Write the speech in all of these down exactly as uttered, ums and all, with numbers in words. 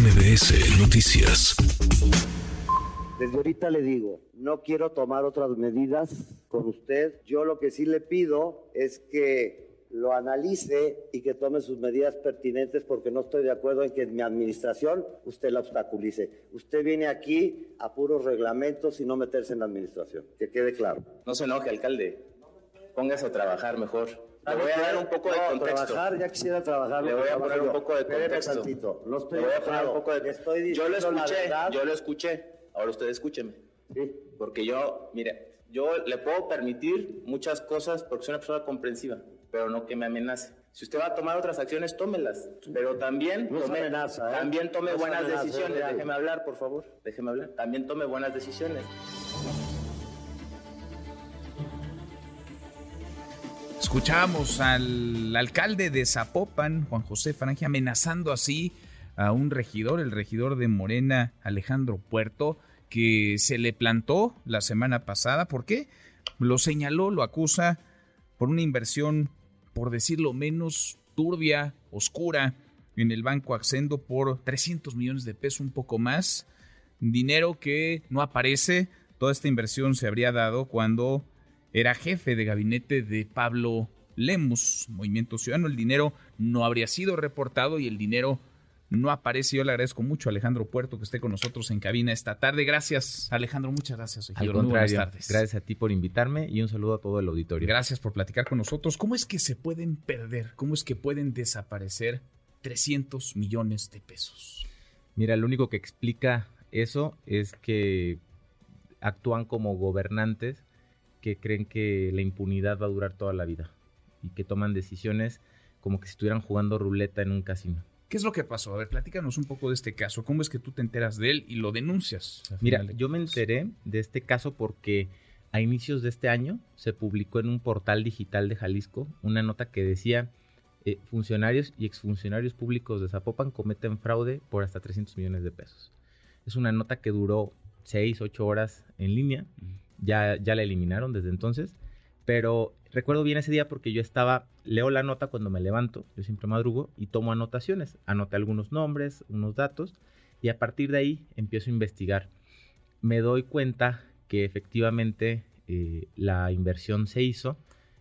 M B S Noticias. Desde ahorita le digo, no quiero tomar otras medidas con usted. Yo lo que sí le pido es que lo analice y que tome sus medidas pertinentes, porque no estoy de acuerdo en que en mi administración usted la obstaculice. Usted viene aquí a puros reglamentos y no meterse en la administración, que quede claro. No se enoje, alcalde. Póngase a trabajar mejor. Le voy a dar un poco de no, contexto. Trabajar, ya quisiera trabajar. Le voy a poner un poco de Espéreme contexto. tantito. No estoy Le voy a poner un poco de... Estoy yo lo escuché, la yo lo escuché. Ahora usted escúcheme. Sí. Porque yo, mire, yo le puedo permitir muchas cosas porque soy una persona comprensiva, pero no que me amenace. Si usted va a tomar otras acciones, tómelas. Pero también no tome, amenaza, ¿eh? también tome no buenas amenaza, decisiones. ¿eh? Déjeme hablar, por favor. Déjeme hablar. También tome buenas decisiones. Escuchábamos al alcalde de Zapopan, Juan José Farangia, amenazando así a un regidor, el regidor de Morena, Alejandro Puerto, que se le plantó la semana pasada. ¿Por qué? Lo señaló, lo acusa por una inversión, por decirlo menos, turbia, oscura, en el Banco Accendo por trescientos millones de pesos, un poco más. Dinero que no aparece. Toda esta inversión se habría dado cuando era jefe de gabinete de Pablo Lemus, Movimiento Ciudadano. El dinero no habría sido reportado y el dinero no aparece. Yo le agradezco mucho a Alejandro Puerto que esté con nosotros en cabina esta tarde. Gracias, Alejandro, muchas gracias. Al contrario, buenas tardes. Gracias a ti por invitarme y un saludo a todo el auditorio. Gracias por platicar con nosotros. ¿Cómo es que se pueden perder? ¿Cómo es que pueden desaparecer trescientos millones de pesos? Mira, lo único que explica eso es que actúan como gobernantes que creen que la impunidad va a durar toda la vida y que toman decisiones como que si estuvieran jugando ruleta en un casino. ¿Qué es lo que pasó? A ver, platícanos un poco de este caso. ¿Cómo es que tú te enteras de él y lo denuncias? Mira, yo me enteré de este caso porque a inicios de este año se publicó en un portal digital de Jalisco una nota que decía eh, funcionarios y exfuncionarios públicos de Zapopan cometen fraude por hasta trescientos millones de pesos. Es una nota que duró seis, ocho horas en línea. Ya, ya la eliminaron desde entonces, pero recuerdo bien ese día porque yo estaba, leo la nota cuando me levanto, yo siempre madrugo y tomo anotaciones, anoté algunos nombres, unos datos y a partir de ahí empiezo a investigar. Me doy cuenta que efectivamente eh, la inversión se hizo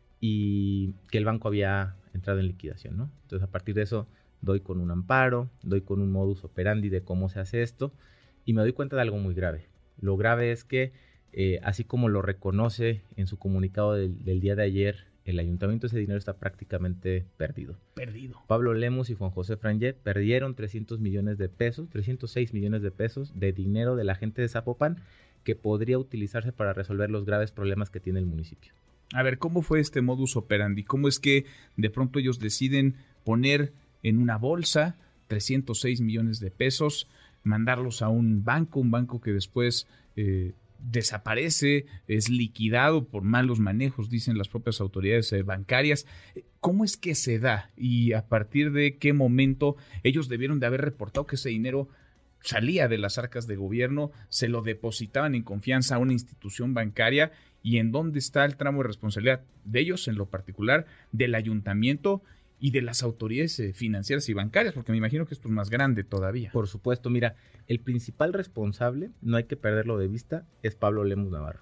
y que el banco había entrado en liquidación, ¿no? Entonces a partir de eso doy con un amparo, doy con un modus operandi de cómo se hace esto y me doy cuenta de algo muy grave. Lo grave es que Eh, así como lo reconoce en su comunicado del, del día de ayer, el ayuntamiento, ese dinero está prácticamente perdido. Perdido. Pablo Lemus y Juan José Frangé perdieron trescientos millones de pesos, trescientos seis millones de pesos de dinero de la gente de Zapopan que podría utilizarse para resolver los graves problemas que tiene el municipio. A ver, ¿cómo fue este modus operandi? ¿Cómo es que de pronto ellos deciden poner en una bolsa trescientos seis millones de pesos, mandarlos a un banco, un banco que después Eh, desaparece, es liquidado por malos manejos, dicen las propias autoridades eh, bancarias? ¿Cómo es que se da? ¿Y a partir de qué momento ellos debieron de haber reportado que ese dinero salía de las arcas de gobierno, se lo depositaban en confianza a una institución bancaria? ¿Y en dónde está el tramo de responsabilidad de ellos, en lo particular, del ayuntamiento y de las autoridades eh, financieras y bancarias? Porque me imagino que esto es más grande todavía. Por supuesto, mira, el principal responsable, no hay que perderlo de vista, es Pablo Lemus Navarro.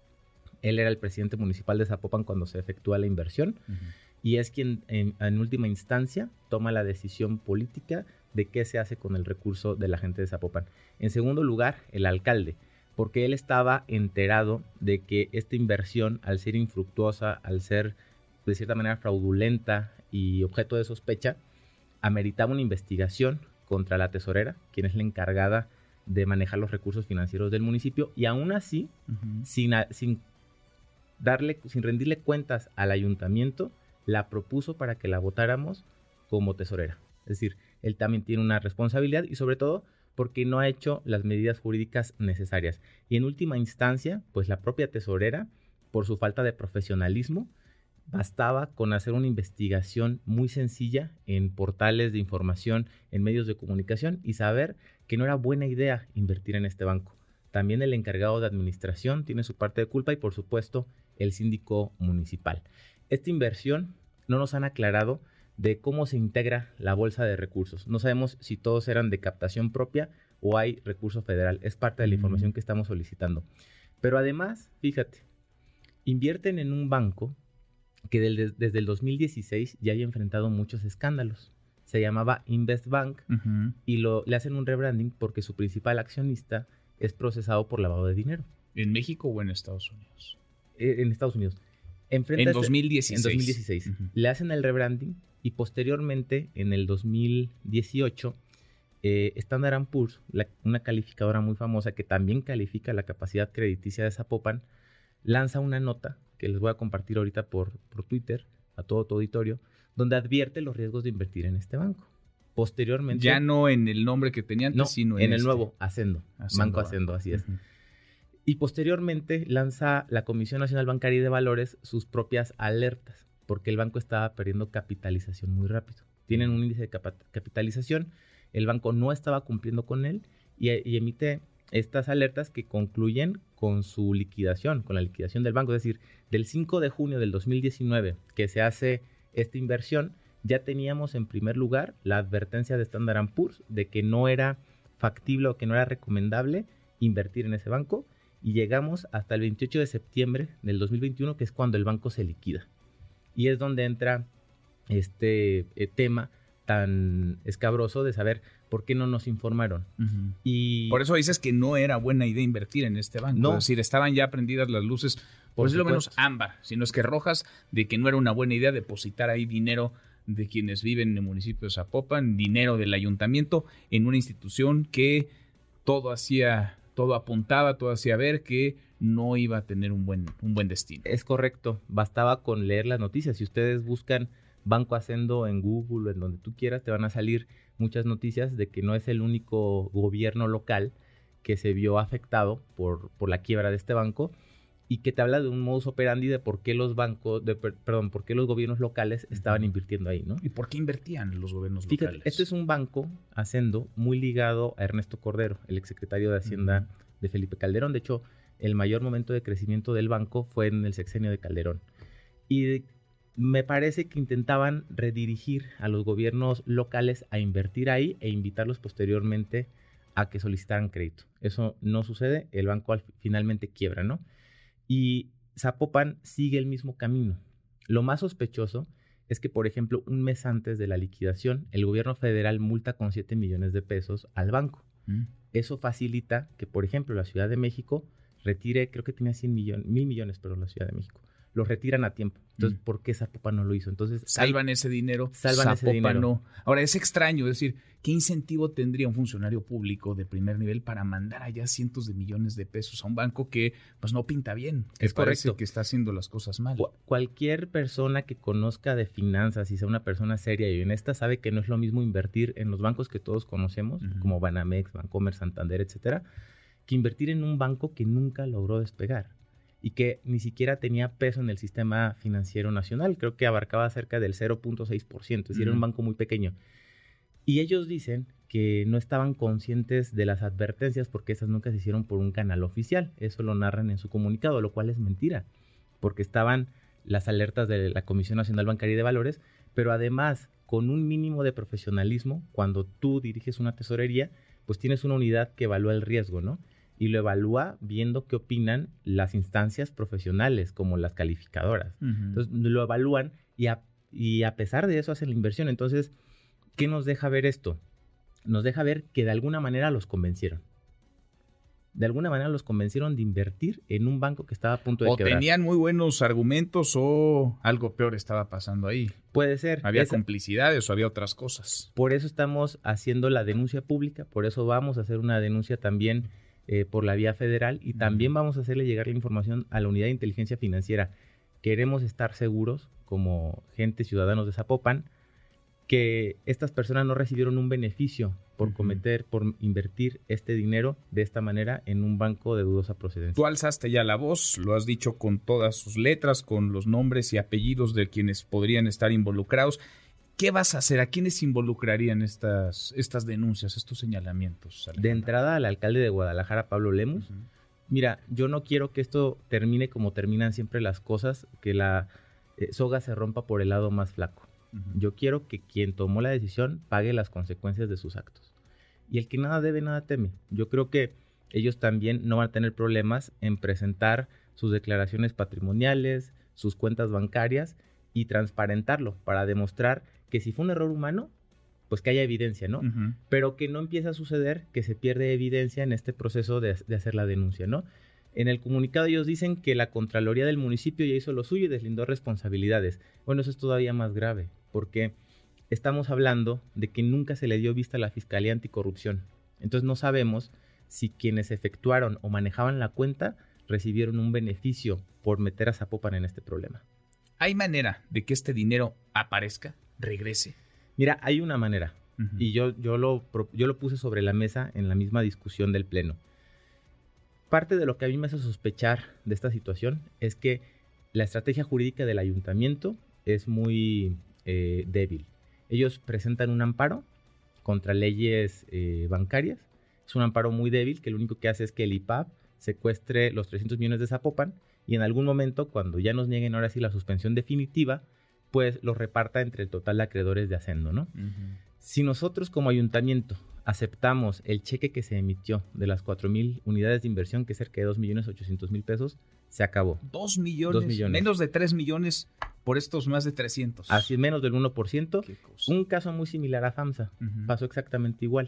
Él era el presidente municipal de Zapopan cuando se efectúa la inversión uh-huh. y es quien en, en última instancia toma la decisión política de qué se hace con el recurso de la gente de Zapopan. En segundo lugar, el alcalde, porque él estaba enterado de que esta inversión, al ser infructuosa, al ser de cierta manera fraudulenta y objeto de sospecha, ameritaba una investigación contra la tesorera, quien es la encargada de manejar los recursos financieros del municipio, y aún así, uh-huh. sin, sin, darle, sin rendirle cuentas al ayuntamiento, la propuso para que la votáramos como tesorera. Es decir, él también tiene una responsabilidad y sobre todo porque no ha hecho las medidas jurídicas necesarias. Y en última instancia, pues la propia tesorera, por su falta de profesionalismo, bastaba con hacer una investigación muy sencilla en portales de información, en medios de comunicación y saber que no era buena idea invertir en este banco. También el encargado de administración tiene su parte de culpa y por supuesto el síndico municipal. Esta inversión no nos han aclarado de cómo se integra la bolsa de recursos. No sabemos si todos eran de captación propia o hay recurso federal. Es parte de la información mm. que estamos solicitando. Pero además, fíjate, invierten en un banco que del, desde el dos mil dieciséis ya haya enfrentado muchos escándalos. Se llamaba Investbank uh-huh. y lo, le hacen un rebranding porque su principal accionista es procesado por lavado de dinero. ¿En México o en Estados Unidos? Eh, en Estados Unidos. Enfrenta en dos mil dieciséis. En dos mil dieciséis. Uh-huh. Le hacen el rebranding y posteriormente, en el dos mil dieciocho, eh, Standard and Poor's, la, una calificadora muy famosa que también califica la capacidad crediticia de Zapopan, lanza una nota que les voy a compartir ahorita por, por Twitter a todo tu auditorio, donde advierte los riesgos de invertir en este banco. Posteriormente... Ya no en el nombre que tenía antes, no, sino en, en este. el nuevo, Hacendo. Hacendo Banco Hacendo, así es. Uh-huh. Y posteriormente lanza la Comisión Nacional Bancaria y de Valores sus propias alertas, porque el banco estaba perdiendo capitalización muy rápido. Tienen un índice de cap- capitalización, el banco no estaba cumpliendo con él y, y emite estas alertas que concluyen con su liquidación, con la liquidación del banco. Es decir, del cinco de junio del dos mil diecinueve que se hace esta inversión, ya teníamos en primer lugar la advertencia de Standard and Poor's de que no era factible o que no era recomendable invertir en ese banco, y llegamos hasta el veintiocho de septiembre del dos mil veintiuno, que es cuando el banco se liquida. Y es donde entra este eh, tema tan escabroso de saber por qué no nos informaron. Uh-huh. Y por eso dices que no era buena idea invertir en este banco. No. Es decir, estaban ya prendidas las luces, por decirlo menos ámbar, sino es que rojas, de que no era una buena idea depositar ahí dinero de quienes viven en el municipio de Zapopan, dinero del ayuntamiento, en una institución que todo hacía, todo apuntaba, todo hacía ver que no iba a tener un buen, un buen destino. Es correcto, bastaba con leer las noticias. Si ustedes buscan Banco Hacendo en Google o en donde tú quieras, te van a salir muchas noticias de que no es el único gobierno local que se vio afectado por, por la quiebra de este banco, y que te habla de un modus operandi de por qué los bancos, de, perdón, por qué los gobiernos locales estaban invirtiendo ahí, ¿no? ¿Y por qué invertían los gobiernos Fíjate, locales? este es un banco, Hacendo, muy ligado a Ernesto Cordero, el exsecretario de Hacienda uh-huh. de Felipe Calderón. De hecho, el mayor momento de crecimiento del banco fue en el sexenio de Calderón. Y me parece que intentaban redirigir a los gobiernos locales a invertir ahí e invitarlos posteriormente a que solicitaran crédito. Eso no sucede, el banco al, finalmente quiebra, ¿no? Y Zapopan sigue el mismo camino. Lo más sospechoso es que, por ejemplo, un mes antes de la liquidación, el gobierno federal multa con siete millones de pesos al banco. Mm. Eso facilita que, por ejemplo, la Ciudad de México retire, creo que tenía cien millones, mil millones, pero la Ciudad de México. Los retiran a tiempo. Entonces, mm. ¿por qué Zapopan no lo hizo? Entonces, salvan hay, ese dinero, salvan Zapopan ese dinero. No. Ahora, es extraño, es decir, ¿qué incentivo tendría un funcionario público de primer nivel para mandar allá cientos de millones de pesos a un banco que pues no pinta bien? Que es parece correcto. Que está haciendo las cosas mal. Cu- cualquier persona que conozca de finanzas y sea una persona seria y honesta sabe que no es lo mismo invertir en los bancos que todos conocemos, uh-huh. como Banamex, Bancomer, Santander, etcétera, que invertir en un banco que nunca logró despegar y que ni siquiera tenía peso en el sistema financiero nacional. Creo que abarcaba cerca del cero punto seis por ciento, es decir, uh-huh. era un banco muy pequeño. Y ellos dicen que no estaban conscientes de las advertencias porque esas nunca se hicieron por un canal oficial. Eso lo narran en su comunicado, lo cual es mentira, porque estaban las alertas de la Comisión Nacional Bancaria y de Valores, pero además, con un mínimo de profesionalismo, cuando tú diriges una tesorería, pues tienes una unidad que evalúa el riesgo, ¿no? Y lo evalúa viendo qué opinan las instancias profesionales, como las calificadoras. Uh-huh. Entonces, lo evalúan y a, y a pesar de eso hacen la inversión. Entonces, ¿qué nos deja ver esto? Nos deja ver que de alguna manera los convencieron. De alguna manera los convencieron de invertir en un banco que estaba a punto de o quebrar. O tenían muy buenos argumentos o algo peor estaba pasando ahí. Puede ser. Había Esa... complicidades o había otras cosas. Por eso estamos haciendo la denuncia pública, por eso vamos a hacer una denuncia también eh, por la vía federal y uh-huh. también vamos a hacerle llegar la información a la Unidad de Inteligencia Financiera. Queremos estar seguros, como gente, ciudadanos de Zapopan, que estas personas no recibieron un beneficio por uh-huh. cometer, por invertir este dinero de esta manera en un banco de dudosa procedencia. Tú alzaste ya la voz, lo has dicho con todas sus letras, con los nombres y apellidos de quienes podrían estar involucrados. ¿Qué vas a hacer? ¿A quiénes involucrarían estas, estas denuncias, estos señalamientos, Alejandra? De entrada, al alcalde de Guadalajara, Pablo Lemus. Uh-huh. Mira, yo no quiero que esto termine como terminan siempre las cosas, que la eh, soga se rompa por el lado más flaco. Uh-huh. Yo quiero que quien tomó la decisión pague las consecuencias de sus actos. Y el que nada debe, nada teme. Yo creo que ellos también no van a tener problemas en presentar sus declaraciones patrimoniales, sus cuentas bancarias y transparentarlo para demostrar que si fue un error humano, pues que haya evidencia, ¿no? Uh-huh. Pero que no empiece a suceder que se pierde evidencia en este proceso de, de hacer la denuncia, ¿no? En el comunicado ellos dicen que la Contraloría del municipio ya hizo lo suyo y deslindó responsabilidades. Bueno, eso es todavía más grave, porque estamos hablando de que nunca se le dio vista a la Fiscalía Anticorrupción. Entonces no sabemos si quienes efectuaron o manejaban la cuenta recibieron un beneficio por meter a Zapopan en este problema. ¿Hay manera de que este dinero aparezca, regrese? Mira, hay una manera, uh-huh. y yo, yo, lo, yo lo puse sobre la mesa en la misma discusión del Pleno. Parte de lo que a mí me hace sospechar de esta situación es que la estrategia jurídica del ayuntamiento es muy eh, débil. Ellos presentan un amparo contra leyes eh, bancarias. Es un amparo muy débil que lo único que hace es que el I P A B secuestre los trescientos millones de Zapopan y en algún momento, cuando ya nos nieguen ahora sí la suspensión definitiva, pues los reparta entre el total de acreedores de Hacendo, ¿no? Uh-huh. Si nosotros como ayuntamiento aceptamos el cheque que se emitió de las cuatro mil unidades de inversión, que es cerca de dos millones ochocientos mil pesos, se acabó. ¿Dos millones? Dos millones. Menos de tres millones por estos más de trescientos. Así es, menos del uno por ciento. Un caso muy similar a FAMSA. Uh-huh. Pasó exactamente igual.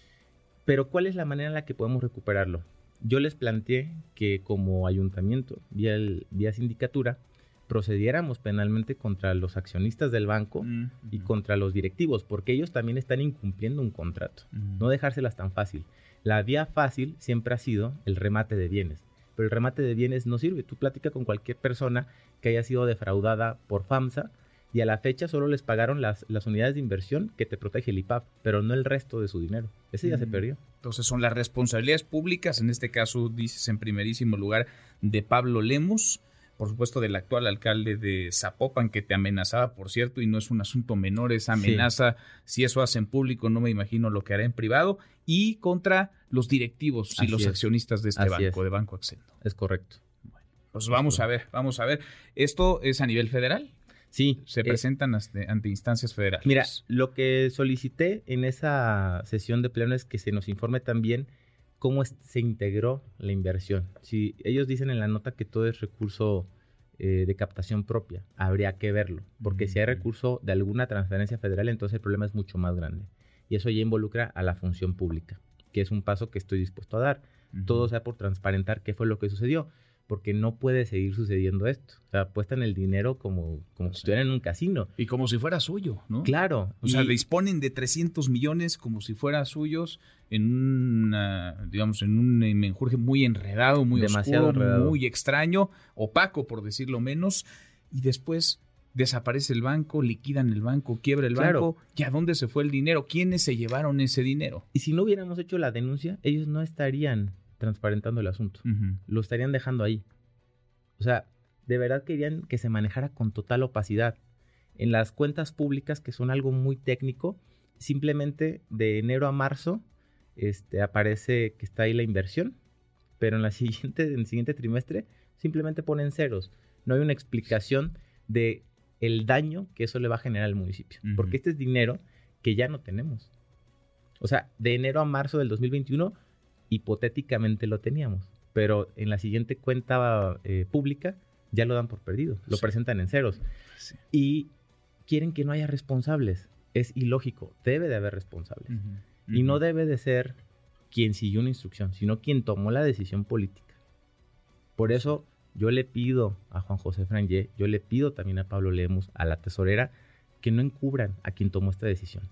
Pero ¿cuál es la manera en la que podemos recuperarlo? Yo les planteé que como ayuntamiento, vía, el, vía sindicatura, procediéramos penalmente contra los accionistas del banco uh-huh. y contra los directivos, porque ellos también están incumpliendo un contrato. Uh-huh. No dejárselas tan fácil. La vía fácil siempre ha sido el remate de bienes, pero el remate de bienes no sirve. Tú platicas con cualquier persona que haya sido defraudada por FAMSA y a la fecha solo les pagaron las, las unidades de inversión que te protege el I P A B, pero no el resto de su dinero. Ese ya uh-huh. se perdió. Entonces son las responsabilidades públicas, en este caso dices en primerísimo lugar de Pablo Lemus, por supuesto del actual alcalde de Zapopan, que te amenazaba, por cierto, y no es un asunto menor esa amenaza. Sí. Si eso hace en público, no me imagino lo que hará en privado. Y contra los directivos y Así los es. accionistas de este Así banco, es. de Banco Hacendo. Es correcto. Bueno, pues vamos a ver, vamos a ver. ¿Esto es a nivel federal? Sí. Se eh, presentan ante, ante instancias federales. Mira, lo que solicité en esa sesión de pleno es que se nos informe también cómo es, se integró la inversión. Si ellos dicen en la nota que todo es recurso eh, de captación propia, habría que verlo, porque uh-huh. si hay recurso de alguna transferencia federal, entonces el problema es mucho más grande. Y eso ya involucra a la función pública, que es un paso que estoy dispuesto a dar. Uh-huh. Todo sea por transparentar qué fue lo que sucedió, porque no puede seguir sucediendo esto. O sea, apuestan el dinero como, como si estuvieran en un casino. Y como si fuera suyo, ¿no? Claro. O y... sea, disponen de trescientos millones como si fueran suyos en una, digamos, en un menjurje muy enredado, muy Demasiado oscuro, enredado. muy extraño, opaco, por decirlo menos, y después desaparece el banco, liquidan el banco, quiebra el claro. banco. ¿Y a dónde se fue el dinero? ¿Quiénes se llevaron ese dinero? Y si no hubiéramos hecho la denuncia, ellos no estarían transparentando el asunto. Uh-huh. Lo estarían dejando ahí. O sea, de verdad querían que se manejara con total opacidad. En las cuentas públicas, que son algo muy técnico, simplemente de enero a marzo este, aparece que está ahí la inversión, pero en, la siguiente, en el siguiente trimestre simplemente ponen ceros. No hay una explicación de el daño que eso le va a generar al municipio. Uh-huh. Porque este es dinero que ya no tenemos. O sea, de enero a marzo del dos mil veintiuno hipotéticamente lo teníamos, pero en la siguiente cuenta eh, pública ya lo dan por perdido, lo sí. presentan en ceros sí. y quieren que no haya responsables. Es ilógico, debe de haber responsables. Uh-huh. Uh-huh. Y no debe de ser quien siguió una instrucción, sino quien tomó la decisión política. Por eso yo le pido a Juan José Frangé, yo le pido también a Pablo Lemus, a la tesorera, que no encubran a quien tomó esta decisión.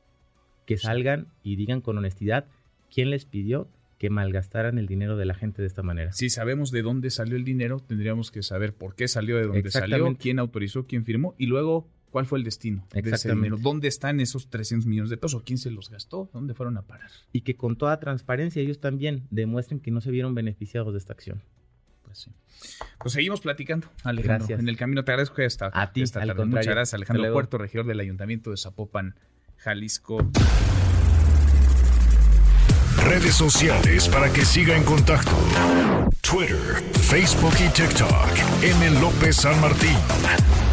Que salgan y digan con honestidad quién les pidió que malgastaran el dinero de la gente de esta manera. Si sabemos de dónde salió el dinero, tendríamos que saber por qué salió de dónde salió, quién autorizó, quién firmó y luego cuál fue el destino de ese dinero. ¿Dónde están esos trescientos millones de pesos? ¿Quién se los gastó? ¿Dónde fueron a parar? Y que con toda transparencia ellos también demuestren que no se vieron beneficiados de esta acción. Pues sí. Pues seguimos platicando, Alejandro. Gracias. En el camino te agradezco que hayas estado a ti, esta tarde. Muchas gracias, Alejandro Puerto, regidor del Ayuntamiento de Zapopan, Jalisco. Redes sociales para que siga en contacto: Twitter, Facebook y TikTok. M. López San Martín.